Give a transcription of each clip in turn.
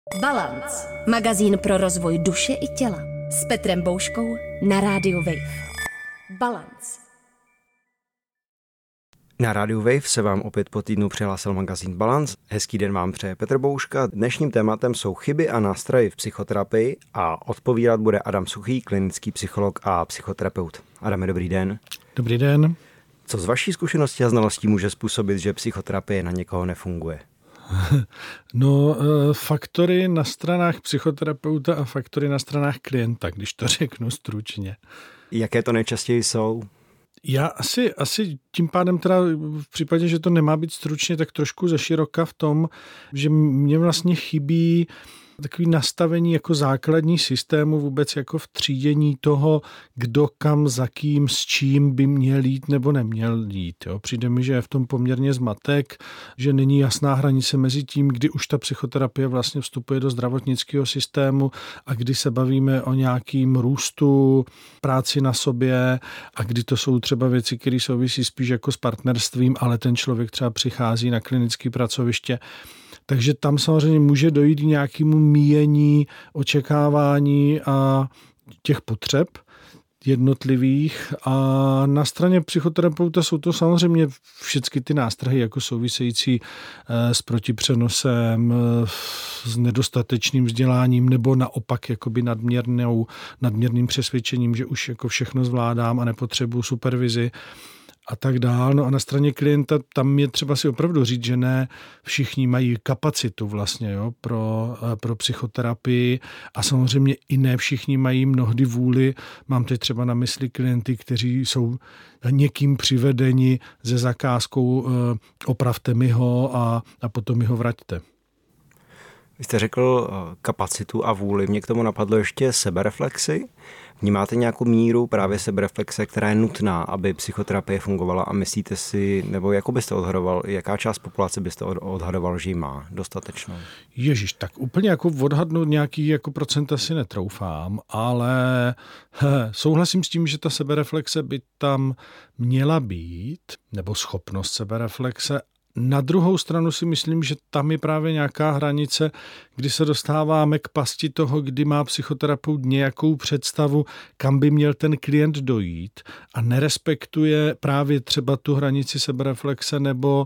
Balance. Magazín pro rozvoj duše i těla. S Petrem Bouškou na rádiu Wave. Balance. Na rádiu Wave se vám opět po týdnu přihlásil magazín Balance. Hezký den vám přeje Petr Bouška. Dnešním tématem jsou chyby a nástroje v psychoterapii a odpovídat bude Adam Suchý, klinický psycholog a psychoterapeut. Adame, dobrý den. Dobrý den. Co z vaší zkušenosti a znalostí může způsobit, že psychoterapie na někoho nefunguje? No, faktory na stranách psychoterapeuta a faktory na stranách klienta, když to řeknu stručně. Jaké to nejčastěji jsou? Já asi tím pádem teda v případě, že to nemá být stručně, tak trošku zeširoka v tom, že mě vlastně chybí takový nastavení jako základní systému vůbec jako v třídění toho, kdo kam, za kým, s čím by měl jít nebo neměl jít. Jo. Přijde mi, že je v tom poměrně zmatek, že není jasná hranice mezi tím, kdy už ta psychoterapie vlastně vstupuje do zdravotnického systému a kdy se bavíme o nějakým růstu, práci na sobě a kdy to jsou třeba věci, které souvisí spíš jako s partnerstvím, ale ten člověk třeba přichází na klinické pracoviště. Takže tam samozřejmě může dojít k nějakému míjení, očekávání a těch potřeb jednotlivých. A na straně psychoterapeuta jsou to samozřejmě všechny ty nástrahy jako související s protipřenosem, s nedostatečným vzděláním nebo naopak jakoby nadměrným přesvědčením, že už jako všechno zvládám a nepotřebuju supervizi a tak dál. No a na straně klienta tam je třeba si opravdu říct, že ne všichni mají kapacitu vlastně pro psychoterapii a samozřejmě i ne všichni mají mnohdy vůli. Mám teď třeba na mysli klienty, kteří jsou někým přivedeni se zakázkou opravte mi ho a potom mi ho vraťte. Vy jste řekl kapacitu a vůli. Mě k tomu napadlo ještě sebereflexy. Vnímáte nějakou míru právě sebereflexe, která je nutná, aby psychoterapie fungovala a myslíte si, nebo jako byste odhadoval, jaká část populace byste odhadoval, že ji má dostatečnou? Ježiš, tak úplně jako odhadnout nějaký jako procenta si netroufám, ale souhlasím s tím, že ta sebereflexe by tam měla být, nebo schopnost sebereflexe. Na druhou stranu si myslím, že tam je právě nějaká hranice, kdy se dostáváme k pasti toho, kdy má psychoterapeut nějakou představu, kam by měl ten klient dojít a nerespektuje právě třeba tu hranici sebereflexe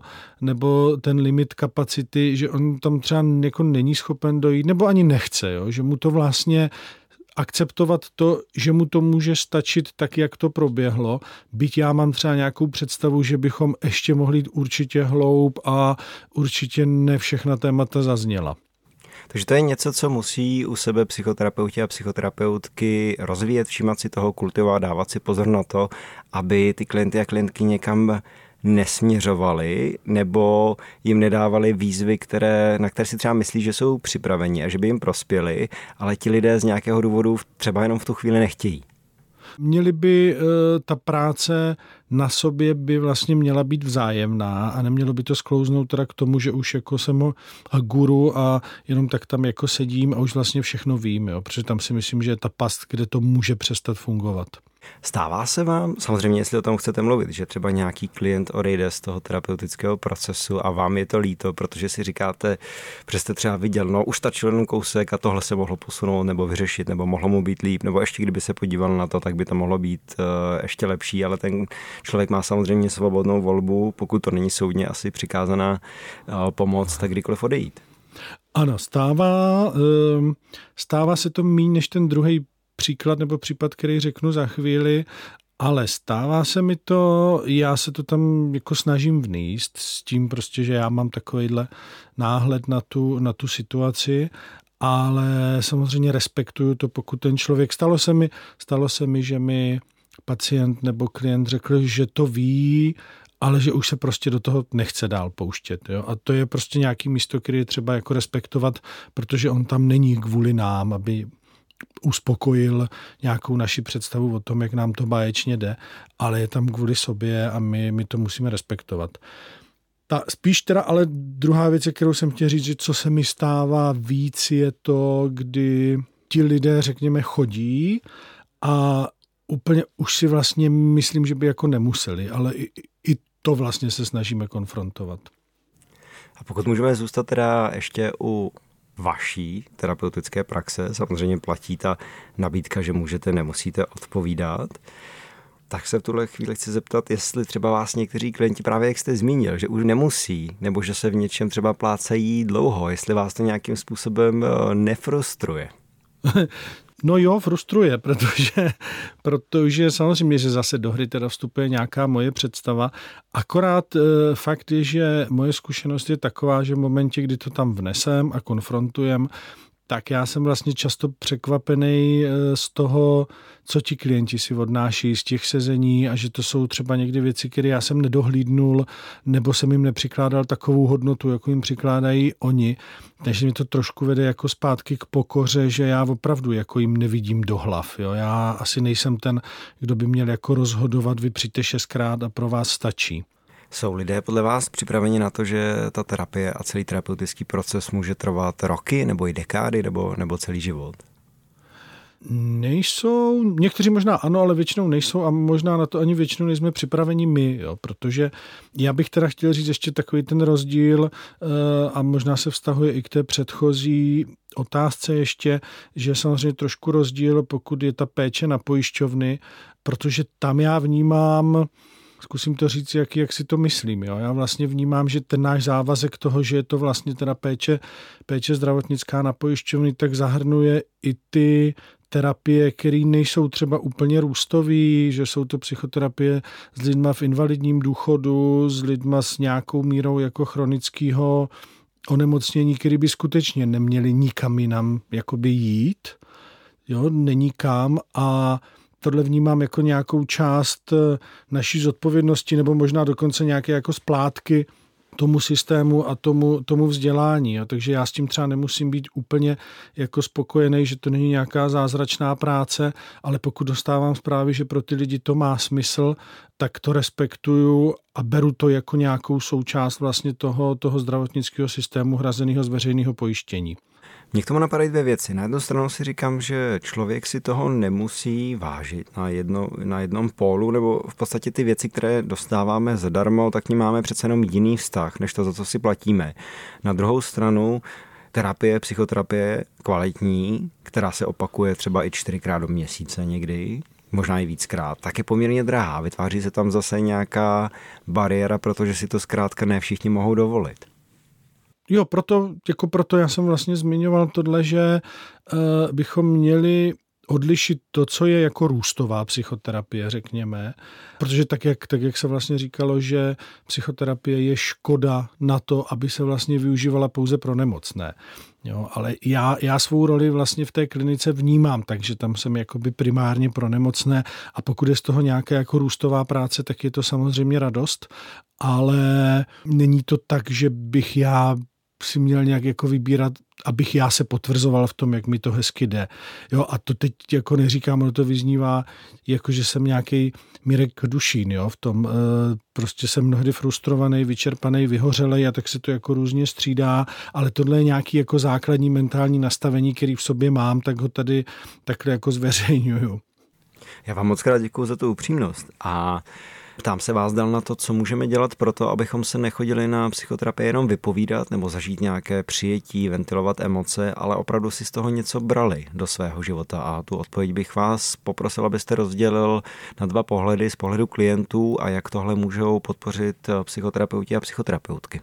nebo ten limit kapacity, že on tam třeba jako není schopen dojít, nebo ani nechce, jo? Že mu to vlastně akceptovat to, že mu to může stačit tak, jak to proběhlo, byť já mám třeba nějakou představu, že bychom ještě mohli jít určitě hloub a určitě ne všechna témata zazněla. Takže to je něco, co musí u sebe psychoterapeuti a psychoterapeutky rozvíjet, všímat si toho, kultivovat, dávat si pozor na to, aby ty klienty a klientky někam nesměřovali nebo jim nedávali výzvy, na které si třeba myslí, že jsou připraveni a že by jim prospěli, ale ti lidé z nějakého důvodu třeba jenom v tu chvíli nechtějí. Měli by, ta práce na sobě by vlastně měla být vzájemná a nemělo by to sklouznout teda k tomu, že už jako jsem guru a jenom tak tam jako sedím a už vlastně všechno vím, jo? Protože tam si myslím, že je ta past, kde to může přestat fungovat. Stává se vám, samozřejmě jestli o tom chcete mluvit, že třeba nějaký klient odejde z toho terapeutického procesu a vám je to líto, protože si říkáte, že jste třeba viděl, no už stačil jenom kousek a tohle se mohlo posunout nebo vyřešit, nebo mohlo mu být líp, nebo ještě kdyby se podíval na to, tak by to mohlo být ještě lepší, ale ten člověk má samozřejmě svobodnou volbu, pokud to není soudně asi přikázaná pomoc, tak kdykoliv odejít. Ano, stává se to méně než ten druhý příklad nebo případ, který řeknu za chvíli, ale stává se mi to, já se to tam jako snažím vnést s tím prostě, že já mám takovýhle náhled na tu situaci, ale samozřejmě respektuju to, pokud ten člověk, stalo se mi, že mi pacient nebo klient řekl, že to ví, ale že už se prostě do toho nechce dál pouštět. Jo? A to je prostě nějaký místo, který je třeba jako respektovat, protože on tam není kvůli nám, aby uspokojil nějakou naši představu o tom, jak nám to báječně jde, ale je tam kvůli sobě a my to musíme respektovat. Spíš teda, ale druhá věc, kterou jsem chtěl říct, že co se mi stává víc, je to, kdy ti lidé, řekněme, chodí a úplně už si vlastně myslím, že by jako nemuseli, ale i to vlastně se snažíme konfrontovat. A pokud můžeme zůstat teda ještě u vaší terapeutické praxe. Samozřejmě platí ta nabídka, že můžete, nemusíte odpovídat. Tak se v tuhle chvíli chci zeptat, jestli třeba vás někteří klienti, právě jak jste zmínil, že už nemusí, nebo že se v něčem třeba plácají dlouho, jestli vás to nějakým způsobem nefrustruje. No jo, frustruje, protože samozřejmě, že zase do hry teda vstupuje nějaká moje představa. Akorát fakt je, že moje zkušenost je taková, že v momentě, kdy to tam vnesem a konfrontujem, tak já jsem vlastně často překvapený z toho, co ti klienti si odnáší z těch sezení a že to jsou třeba někdy věci, které já jsem nedohlídnul nebo jsem jim nepřikládal takovou hodnotu, jako jim přikládají oni. Takže mi to trošku vede jako zpátky k pokoře, že já opravdu jako jim nevidím do hlav. Jo? Já asi nejsem ten, kdo by měl jako rozhodovat, vy přijďte 6krát a pro vás stačí. Jsou lidé podle vás připraveni na to, že ta terapie a celý terapeutický proces může trvat roky nebo i dekády nebo celý život? Nejsou, někteří možná ano, ale většinou nejsou a možná na to ani většinou nejsme připraveni my, jo, protože já bych teda chtěl říct ještě takový ten rozdíl a možná se vztahuje i k té předchozí otázce ještě, že samozřejmě trošku rozdíl, pokud je ta péče na pojišťovny, protože tam já vnímám, zkusím to říct, jak si to myslím. Jo? Já vlastně vnímám, že ten náš závazek toho, že je to vlastně teda péče zdravotnická na pojišťovny, tak zahrnuje i ty terapie, které nejsou třeba úplně růstový, že jsou to psychoterapie s lidma v invalidním důchodu, s lidma s nějakou mírou jako chronického onemocnění, které by skutečně neměli nikam jinam jakoby jít. Jo? Není kam a tohle vnímám jako nějakou část naší zodpovědnosti nebo možná dokonce nějaké jako splátky tomu systému a tomu vzdělání. A takže já s tím třeba nemusím být úplně jako spokojený, že to není nějaká zázračná práce, ale pokud dostávám zprávy, že pro ty lidi to má smysl, tak to respektuju a beru to jako nějakou součást vlastně toho zdravotnického systému hrazeného z veřejného pojištění. Mně k tomu napadají dvě věci. Na jednu stranu si říkám, že člověk si toho nemusí vážit na jednom pólu, nebo v podstatě ty věci, které dostáváme zadarmo, tak k nim máme přece jenom jiný vztah, než to, za co si platíme. Na druhou stranu psychoterapie kvalitní, která se opakuje třeba i 4krát do měsíce někdy, možná i víckrát, tak je poměrně drahá. Vytváří se tam zase nějaká bariéra, protože si to zkrátka ne všichni mohou dovolit. Jo, proto já jsem vlastně zmiňoval tohle, že bychom měli odlišit to, co je jako růstová psychoterapie, řekněme, protože tak jak se vlastně říkalo, že psychoterapie je škoda na to, aby se vlastně využívala pouze pro nemocné. Jo, ale já svou roli vlastně v té klinice vnímám, takže tam jsem jakoby primárně pro nemocné a pokud je z toho nějaká jako růstová práce, tak je to samozřejmě radost, ale není to tak, že bych já si měl nějak jako vybírat, abych já se potvrzoval v tom, jak mi to hezky jde. Jo, a to teď jako neříkám, ono to vyznívá, jako že jsem nějaký Mirek Dušín, jo, v tom prostě jsem mnohdy frustrovaný, vyčerpaný, vyhořelej a tak se to jako různě střídá, ale tohle je nějaký jako základní mentální nastavení, který v sobě mám, tak ho tady takhle jako zveřejňuju. Já vám moc krát děkuju za tu upřímnost a ptám se vás dál na to, co můžeme dělat pro to, abychom se nechodili na psychoterapii jenom vypovídat nebo zažít nějaké přijetí, ventilovat emoce, ale opravdu si z toho něco brali do svého života. A tu odpověď bych vás poprosil, abyste rozdělil na dva pohledy z pohledu klientů a jak tohle můžou podpořit psychoterapeuti a psychoterapeutky.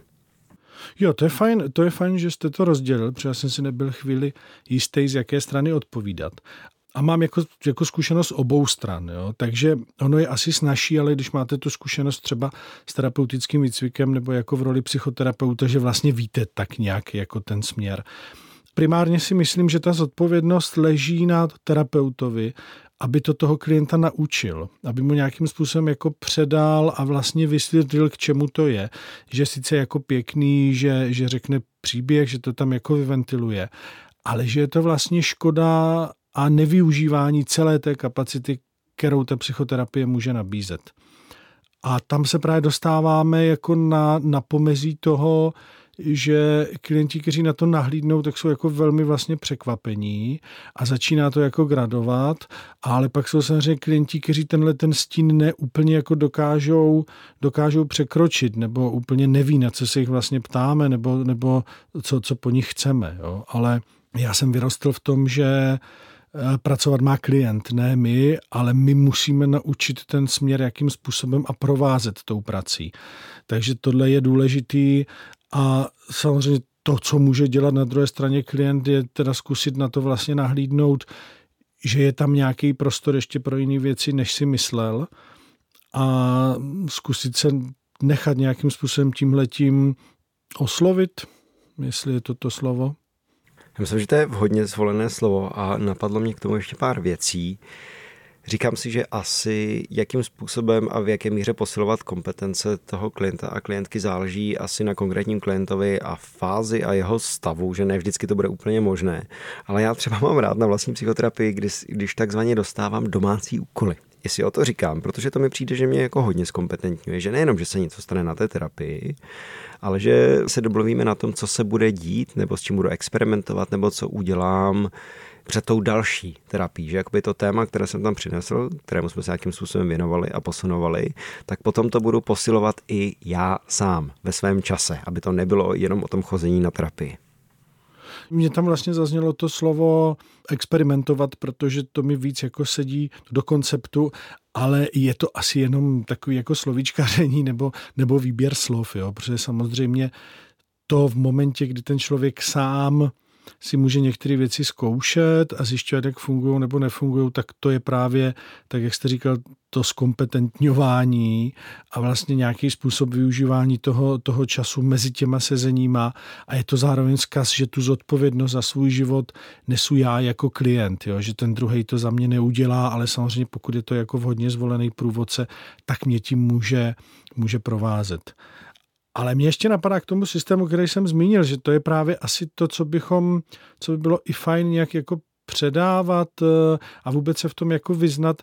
Jo, to je fajn, že jste to rozdělil, protože já jsem si nebyl chvíli jistý, z jaké strany odpovídat. A mám jako zkušenost obou stran, jo? Takže ono je asi snazší, ale když máte tu zkušenost třeba s terapeutickým výcvikem nebo jako v roli psychoterapeuta, že vlastně víte tak nějak jako ten směr. Primárně si myslím, že ta zodpovědnost leží na terapeutovi, aby to toho klienta naučil, aby mu nějakým způsobem jako předal a vlastně vysvětlil, k čemu to je. Že sice jako pěkný, že řekne příběh, že to tam jako vyventiluje, ale že je to vlastně škoda a nevyužívání celé té kapacity, kterou ta psychoterapie může nabízet. A tam se právě dostáváme jako na pomezí toho, že klienti, kteří na to nahlídnou, tak jsou jako velmi vlastně překvapení a začíná to jako gradovat, ale pak jsou samozřejmě klienti, kteří ten stín neúplně jako dokážou překročit nebo úplně neví, na co se jich vlastně ptáme nebo co po nich chceme. Jo. Ale já jsem vyrostl v tom, že pracovat má klient, ne my, ale my musíme naučit ten směr, jakým způsobem a provázet tou prací. Takže tohle je důležitý a samozřejmě to, co může dělat na druhé straně klient, je teda zkusit na to vlastně nahlídnout, že je tam nějaký prostor ještě pro jiné věci, než si myslel a zkusit se nechat nějakým způsobem tímhletím oslovit, jestli je to slovo. Já myslím, že to je vhodně zvolené slovo a napadlo mě k tomu ještě pár věcí. Říkám si, že asi jakým způsobem a v jaké míře posilovat kompetence toho klienta a klientky záleží asi na konkrétním klientovi a fázi a jeho stavu, že ne vždycky to bude úplně možné. Ale já třeba mám rád na vlastní psychoterapii, když takzvaně dostávám domácí úkoly. Jestli o to říkám, protože to mi přijde, že mě jako hodně zkompetentňuje, že nejenom, že se něco stane na té terapii, ale že se domluvíme na tom, co se bude dít, nebo s čím budu experimentovat, nebo co udělám před tou další terapií. Že jakoby to téma, které jsem tam přinesl, kterému jsme se nějakým způsobem věnovali a posunovali, tak potom to budu posilovat i já sám ve svém čase, aby to nebylo jenom o tom chození na terapii. Mně tam vlastně zaznělo to slovo experimentovat, protože to mi víc jako sedí do konceptu, ale je to asi jenom takový jako slovíčkaření nebo výběr slov, jo? Protože samozřejmě to v momentě, kdy ten člověk sám si může některé věci zkoušet a zjišťovat, jak fungují nebo nefungují, tak to je právě, tak jak jste říkal, to zkompetentňování a vlastně nějaký způsob využívání toho času mezi těma sezeníma a je to zároveň vzkaz, že tu zodpovědnost za svůj život nesu já jako klient, jo? Že ten druhej to za mě neudělá, ale samozřejmě pokud je to jako vhodně zvolený průvodce, tak mě tím může provázet. Ale mě ještě napadá k tomu systému, který jsem zmínil, že to je právě asi to, co by bylo i fajn nějak jako předávat a vůbec se v tom jako vyznat,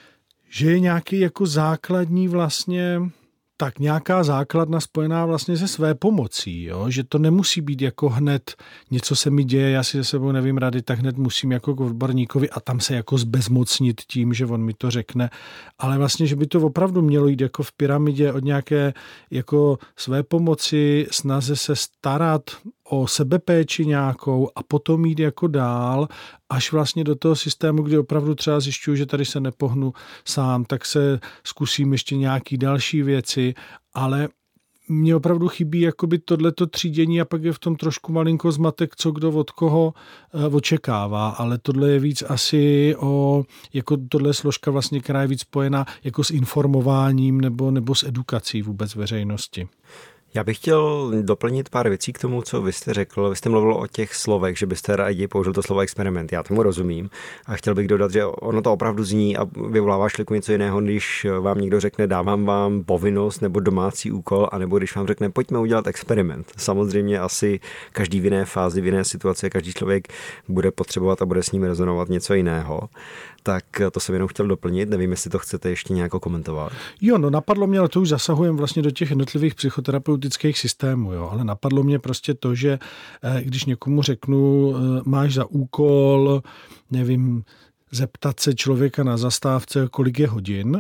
že je nějaký jako základní vlastně, tak nějaká základna spojená vlastně se své pomocí, jo? Že to nemusí být jako hned něco se mi děje, já si se sebou nevím rady, tak hned musím jako k odborníkovi a tam se jako zbezmocnit tím, že on mi to řekne, ale vlastně, že by to opravdu mělo jít jako v pyramidě od nějaké jako své pomoci, snaze se starat o sebepéči nějakou a potom jít jako dál, až vlastně do toho systému, kdy opravdu třeba zjišťuju, že tady se nepohnu sám, tak se zkusím ještě nějaký další věci, ale mně opravdu chybí jakoby tohleto třídění a pak je v tom trošku malinko zmatek, co kdo od koho očekává, ale tohle je víc asi jako tohle je složka vlastně, která je víc spojená jako s informováním nebo s edukací vůbec veřejnosti. Já bych chtěl doplnit pár věcí k tomu, co vy jste řekl. Vy jste mluvil o těch slovech, že byste rádi použil to slovo experiment. Já tomu rozumím a chtěl bych dodat, že ono to opravdu zní a vyvolává šliku něco jiného, když vám někdo řekne, dávám vám povinnost nebo domácí úkol, anebo když vám řekne, pojďme udělat experiment. Samozřejmě asi každý v jiné fázi, v jiné situaci, každý člověk bude potřebovat a bude s ním rezonovat něco jiného. Tak to jsem jenom chtěl doplnit, nevím, jestli to chcete ještě nějak komentovat. Jo, no napadlo mě, ale to už zasahujeme vlastně do těch jednotlivých psychoterapeutických systémů, jo, ale napadlo mě prostě to, že když někomu řeknu, máš za úkol, nevím, zeptat se člověka na zastávce, kolik je hodin,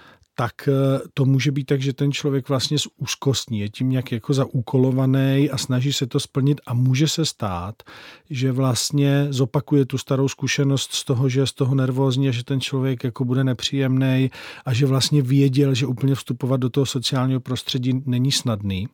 tak to může být tak, že ten člověk vlastně zúzkostní, je tím nějak jako zaúkolovaný a snaží se to splnit a může se stát, že vlastně zopakuje tu starou zkušenost z toho, že je z toho nervózní a že ten člověk jako bude nepříjemný a že vlastně věděl, že úplně vstupovat do toho sociálního prostředí není snadný.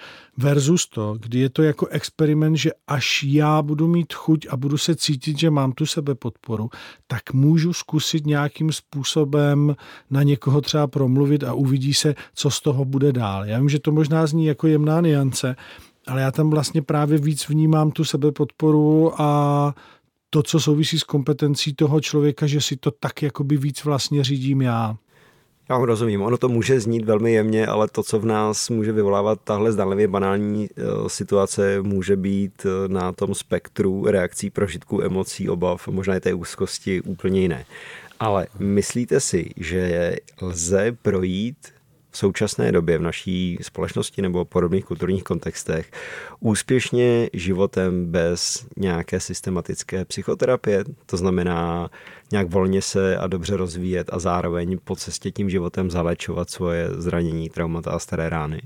Versus to, kdy je to jako experiment, že až já budu mít chuť a budu se cítit, že mám tu sebepodporu, tak můžu zkusit nějakým způsobem na někoho třeba promluvit a uvidí se, co z toho bude dál. Já vím, že to možná zní jako jemná niance, ale já tam vlastně právě víc vnímám tu sebepodporu a to, co souvisí s kompetencí toho člověka, že si to tak jakoby víc vlastně řídím já. Já vám rozumím, ono to může znít velmi jemně, ale to, co v nás může vyvolávat tahle zdánlivě banální situace, může být na tom spektru reakcí, prožitků, emocí, obav, možná i té úzkosti úplně jiné. Ale myslíte si, že lze projít v současné době v naší společnosti nebo podobných kulturních kontextech úspěšně životem bez nějaké systematické psychoterapie, to znamená nějak volně se a dobře rozvíjet a zároveň po cestě tím životem zaléčovat svoje zranění, traumata a staré rány?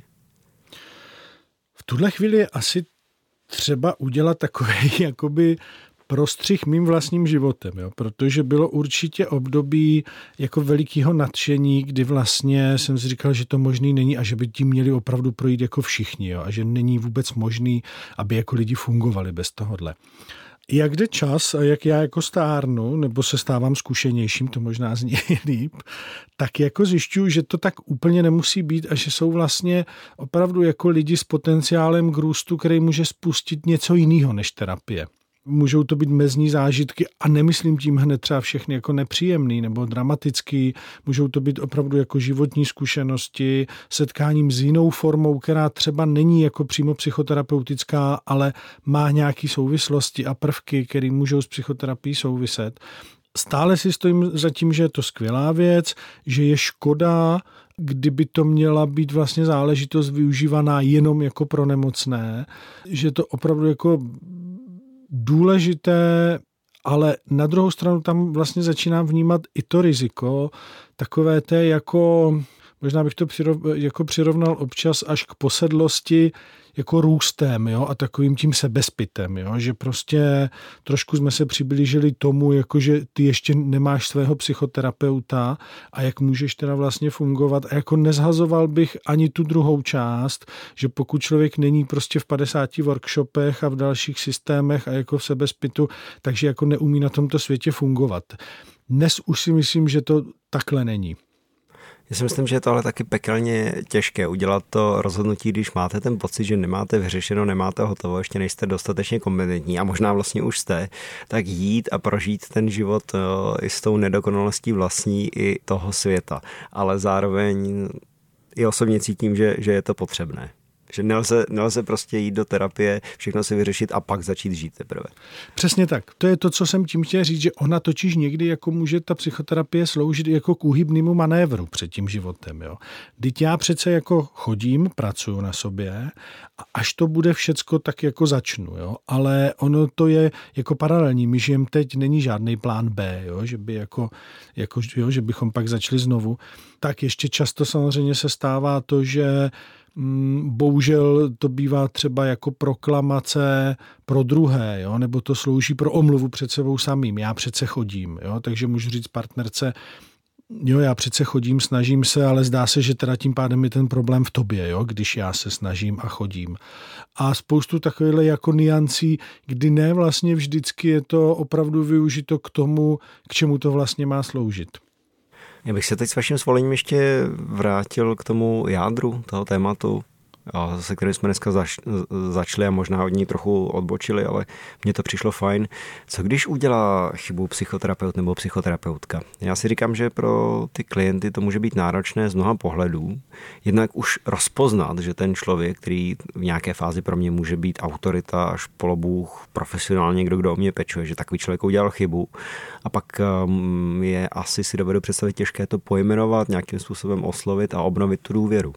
V tuhle chvíli je asi třeba udělat takový jakoby prostřih mým vlastním životem, jo? Protože bylo určitě období jako velikého nadšení, kdy vlastně jsem si říkal, že to možný není a že by tím měli opravdu projít jako všichni, jo? A že není vůbec možný, aby jako lidi fungovali bez tohohle. Jak jde čas a jak já jako stárnu, nebo se stávám zkušenějším, to možná zní líp, tak jako zjišťuju, že to tak úplně nemusí být a že jsou vlastně opravdu jako lidi s potenciálem k růstu, který může spustit něco jiného než terapie. Můžou to být mezní zážitky a nemyslím tím hned třeba všechny jako nepříjemný nebo dramatický, můžou to být opravdu jako životní zkušenosti, setkáním s jinou formou, která třeba není jako přímo psychoterapeutická, ale má nějaké souvislosti a prvky, které můžou s psychoterapií souviset. Stále si stojím za tím, že je to skvělá věc, že je škoda, kdyby to měla být vlastně záležitost využívaná jenom jako pro nemocné, že to opravdu jako důležité, ale na druhou stranu tam vlastně začínám vnímat i to riziko, takové té jako, možná bych to přirovnal občas až k posedlosti jako růstem, jo, a takovým tím sebezpitem, jo, že prostě trošku jsme se přiblížili tomu, jako že ty ještě nemáš svého psychoterapeuta a jak můžeš teda vlastně fungovat a jako nezhazoval bych ani tu druhou část, že pokud člověk není prostě v 50 workshopech a v dalších systémech a jako v sebezpitu, takže jako neumí na tomto světě fungovat. Dnes už si myslím, že to takhle není. Já si myslím, že je to ale taky pekelně těžké udělat to rozhodnutí, když máte ten pocit, že nemáte vyřešeno, nemáte hotovo, ještě nejste dostatečně kompetentní a možná vlastně už jste, tak jít a prožít ten život i s tou nedokonalostí vlastní i toho světa. Ale zároveň i osobně cítím, že je to potřebné. Že nelze prostě jít do terapie, všechno si vyřešit a pak začít žít teprve. Přesně tak. To je to, co jsem tím chtěl říct, že ona totiž někdy jako může ta psychoterapie sloužit jako k úhybnému manévru před tím životem. Jo. Vždyť já přece jako chodím, pracuju na sobě a až to bude všecko, tak jako začnu. Jo. Ale ono to je jako paralelní. My žijeme teď, není žádný plán B, jo, že by že bychom pak začali znovu. Tak ještě často samozřejmě se stává to, že bohužel to bývá třeba jako proklamace pro druhé, jo? Nebo to slouží pro omluvu před sebou samým. Já přece chodím, jo? Takže můžu říct partnerce, jo, já přece chodím, snažím se, ale zdá se, že teda tím pádem je ten problém v tobě, jo? Když já se snažím a chodím. A spoustu takovýchhle jako niancí, kdy ne vlastně vždycky je to opravdu využito k tomu, k čemu to vlastně má sloužit. Já bych se teď s vaším svolením ještě vrátil k tomu jádru toho tématu, se kterým jsme dneska začali a možná od ní trochu odbočili, ale mně to přišlo fajn. Co když udělá chybu psychoterapeut nebo psychoterapeutka? Já si říkám, že pro ty klienty to může být náročné z mnoha pohledů. Jednak už rozpoznat, že ten člověk, který v nějaké fázi pro mě může být autorita až polobůh, profesionálně někdo, kdo o mě pečuje, že takový člověk udělal chybu. A pak je asi si dovedu představit těžké to pojmenovat, nějakým způsobem oslovit a obnovit tu důvěru.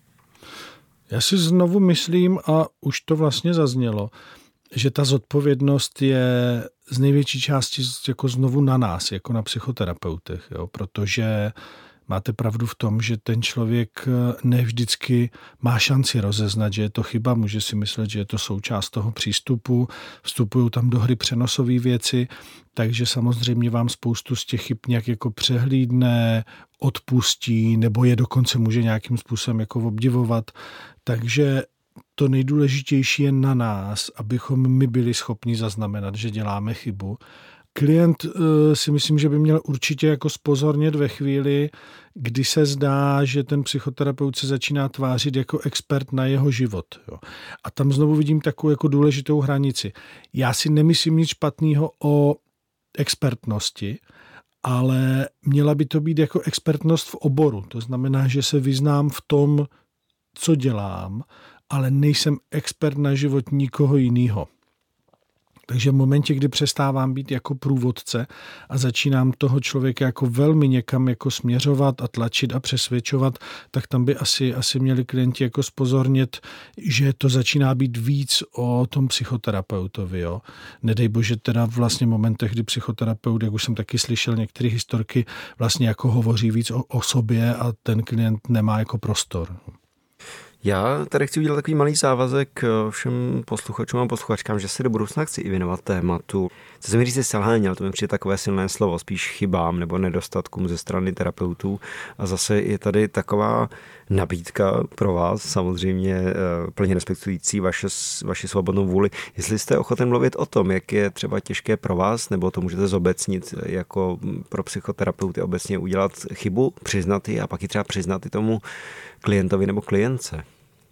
Já si znovu myslím, a už to vlastně zaznělo, že ta zodpovědnost je z největší části jako znovu na nás, jako na psychoterapeutech, jo? Protože máte pravdu v tom, že ten člověk ne vždycky má šanci rozeznat, že je to chyba, může si myslet, že je to součást toho přístupu, vstupují tam do hry přenosové věci, takže samozřejmě vám spoustu z těch chyb nějak jako přehlídne, odpustí, nebo je dokonce může nějakým způsobem jako obdivovat. Takže to nejdůležitější je na nás, abychom my byli schopni zaznamenat, že děláme chybu. Klient si myslím, že by měl určitě jako zpozornět ve chvíli, kdy se zdá, že ten psychoterapeut se začíná tvářit jako expert na jeho život. Jo. A tam znovu vidím takovou jako důležitou hranici. Já si nemyslím nic špatného o expertnosti, ale měla by to být jako expertnost v oboru. To znamená, že se vyznám v tom, co dělám, ale nejsem expert na život nikoho jiného. Takže v momentě, kdy přestávám být jako průvodce a začínám toho člověka jako velmi někam jako směřovat a tlačit a přesvědčovat, tak tam by asi měli klienti jako zpozornit, že to začíná být víc o tom psychoterapeutovi. Jo. Nedej bože teda vlastně v momentech, kdy psychoterapeut, jak už jsem taky slyšel některé historky, vlastně jako hovoří víc o sobě a ten klient nemá jako prostor. Já tady chci udělat takový malý závazek všem posluchačům a posluchačkám, že se do budoucna chci i věnovat tématu. Chci se mi říct selhání, ale to mi přijde takové silné slovo, spíš chybám nebo nedostatkům ze strany terapeutů. A zase je tady taková nabídka pro vás, samozřejmě plně respektující vaši svobodnou vůli. Jestli jste ochoten mluvit o tom, jak je třeba těžké pro vás, nebo to můžete zobecnit jako pro psychoterapeuty obecně udělat chybu, přiznat ji a pak ji třeba přiznat i tomu klientovi nebo klientce.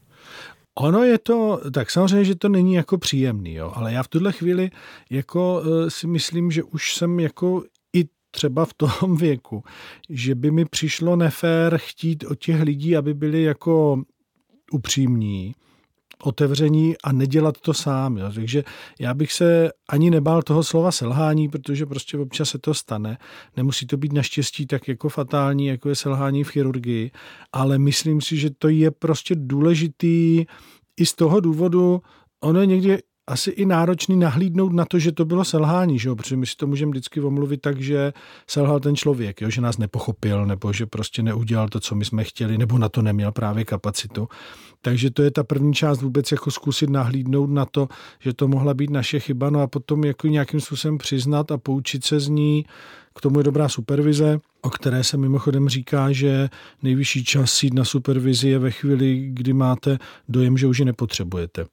Ono je to, tak samozřejmě, že to není jako příjemný, jo, ale já v tuhle chvíli jako si myslím, že už jsem jako i třeba v tom věku, že by mi přišlo nefér chtít od těch lidí, aby byli jako upřímní, otevření a nedělat to sám. Jo. Takže já bych se ani nebál toho slova selhání, protože prostě občas se to stane. Nemusí to být naštěstí tak jako fatální, jako je selhání v chirurgii, ale myslím si, že to je prostě důležitý i z toho důvodu, ono je někdy asi i náročný nahlídnout na to, že to bylo selhání, že jo? Protože my si to můžeme vždycky omluvit tak, že selhal ten člověk, jo? Že nás nepochopil, nebo že prostě neudělal to, co my jsme chtěli, nebo na to neměl právě kapacitu. Takže to je ta první část vůbec jako zkusit nahlídnout na to, že to mohla být naše chyba, no a potom jako nějakým způsobem přiznat a poučit se z ní. K tomu je dobrá supervize, o které se mimochodem říká, že nejvyšší čas jít na supervizi je ve chvíli, kdy máte dojem, že už ji nepotřebujete.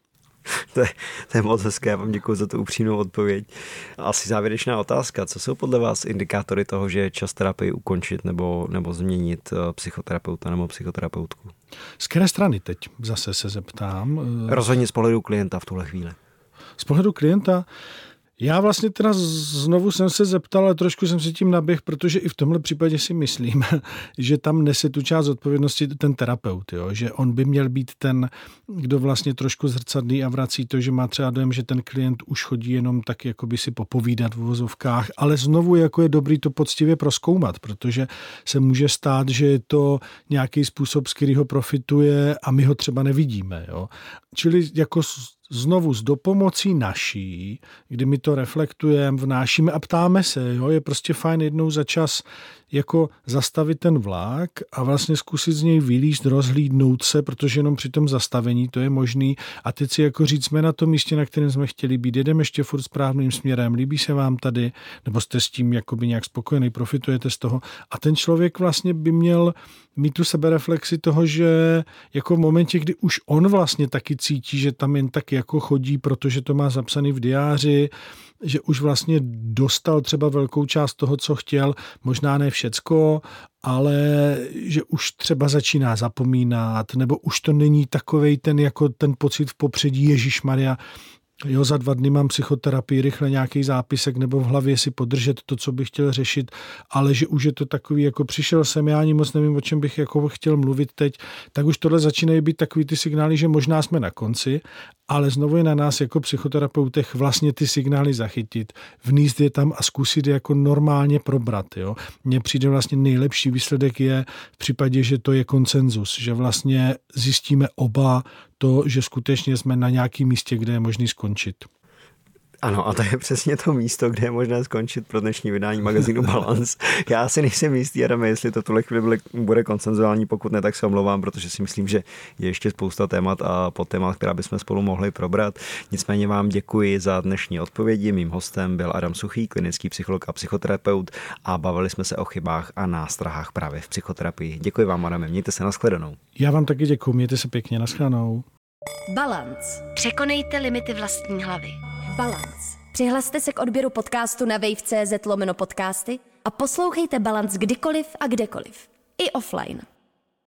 To je moc hezké, já vám děkuji za tu upřímnou odpověď. Asi závěrečná otázka. Co jsou podle vás indikátory toho, že je čas terapii ukončit nebo změnit psychoterapeuta nebo psychoterapeutku? Z které strany teď zase se zeptám? Rozhodně z pohledu klienta v tuhle chvíli. Z pohledu klienta? Já vlastně teda znovu jsem se zeptal, ale trošku jsem si tím naběhl, protože i v tomhle případě si myslím, že tam nese tu část odpovědnosti ten terapeut, jo? Že on by měl být ten, kdo vlastně trošku zrcadlí a vrací to, že má třeba dojem, že ten klient už chodí jenom tak jakoby si popovídat v uvozovkách, ale znovu jako je dobrý to poctivě prozkoumat, protože se může stát, že je to nějaký způsob, z kterého profituje a my ho třeba nevidíme. Jo? Čili jako znovu s dopomocí naší, kdy my to reflektujeme, vnášíme a ptáme se, jo, je prostě fajn jednou za čas jako zastavit ten vlak a vlastně zkusit z něj vylízt, rozhlídnout se, protože jenom při tom zastavení to je možný a teď si jako říct, jsme na tom místě, na kterém jsme chtěli být, jedeme ještě furt správným směrem, líbí se vám tady, nebo jste s tím jakoby nějak spokojený, profitujete z toho a ten člověk vlastně by měl mít tu sebereflexi toho, že jako v momentě, kdy už on vlastně taky cítí, že tam jen tak jako chodí, protože to má zapsaný v diáři, že už vlastně dostal třeba velkou část toho, co chtěl, možná ne všecko, ale že už třeba začíná zapomínat, nebo už to není takovej ten, jako ten pocit v popředí Ježišmarja, jo, za 2 dny mám psychoterapii, rychle nějaký zápisek nebo v hlavě si podržet to, co bych chtěl řešit, ale že už je to takový, jako přišel jsem, já ani moc nevím, o čem bych jako chtěl mluvit teď, tak už tohle začínají být takový ty signály, že možná jsme na konci, ale znovu je na nás jako psychoterapeutech vlastně ty signály zachytit, vníst je tam a zkusit je jako normálně probrat. Jo. Mně přijde vlastně nejlepší výsledek je v případě, že to je konsenzus, že vlastně zjistíme oba to, že skutečně jsme na nějakém místě, kde je možný skončit. Ano, a to je přesně to místo, kde je možné skončit pro dnešní vydání magazínu Balance. Já si nejsem jistý, Adame, jestli to tuhle chvíli bude konsenzuální, pokud ne, tak se omlouvám, protože si myslím, že je ještě spousta témat a podtémat, která bychom spolu mohli probrat. Nicméně vám děkuji za dnešní odpovědi. Mým hostem byl Adam Suchý, klinický psycholog a psychoterapeut a bavili jsme se o chybách a nástrahách právě v psychoterapii. Děkuji vám, Adame, mějte se, nashledanou. Já vám taky děkuji, mějte se pěkně, nashledanou. Balance. Překonejte limity vlastní hlavy. Balance. Přihlaste se k odběru podcastu na wave.cz/podcasty a poslouchejte Balance kdykoliv a kdekoliv. I offline.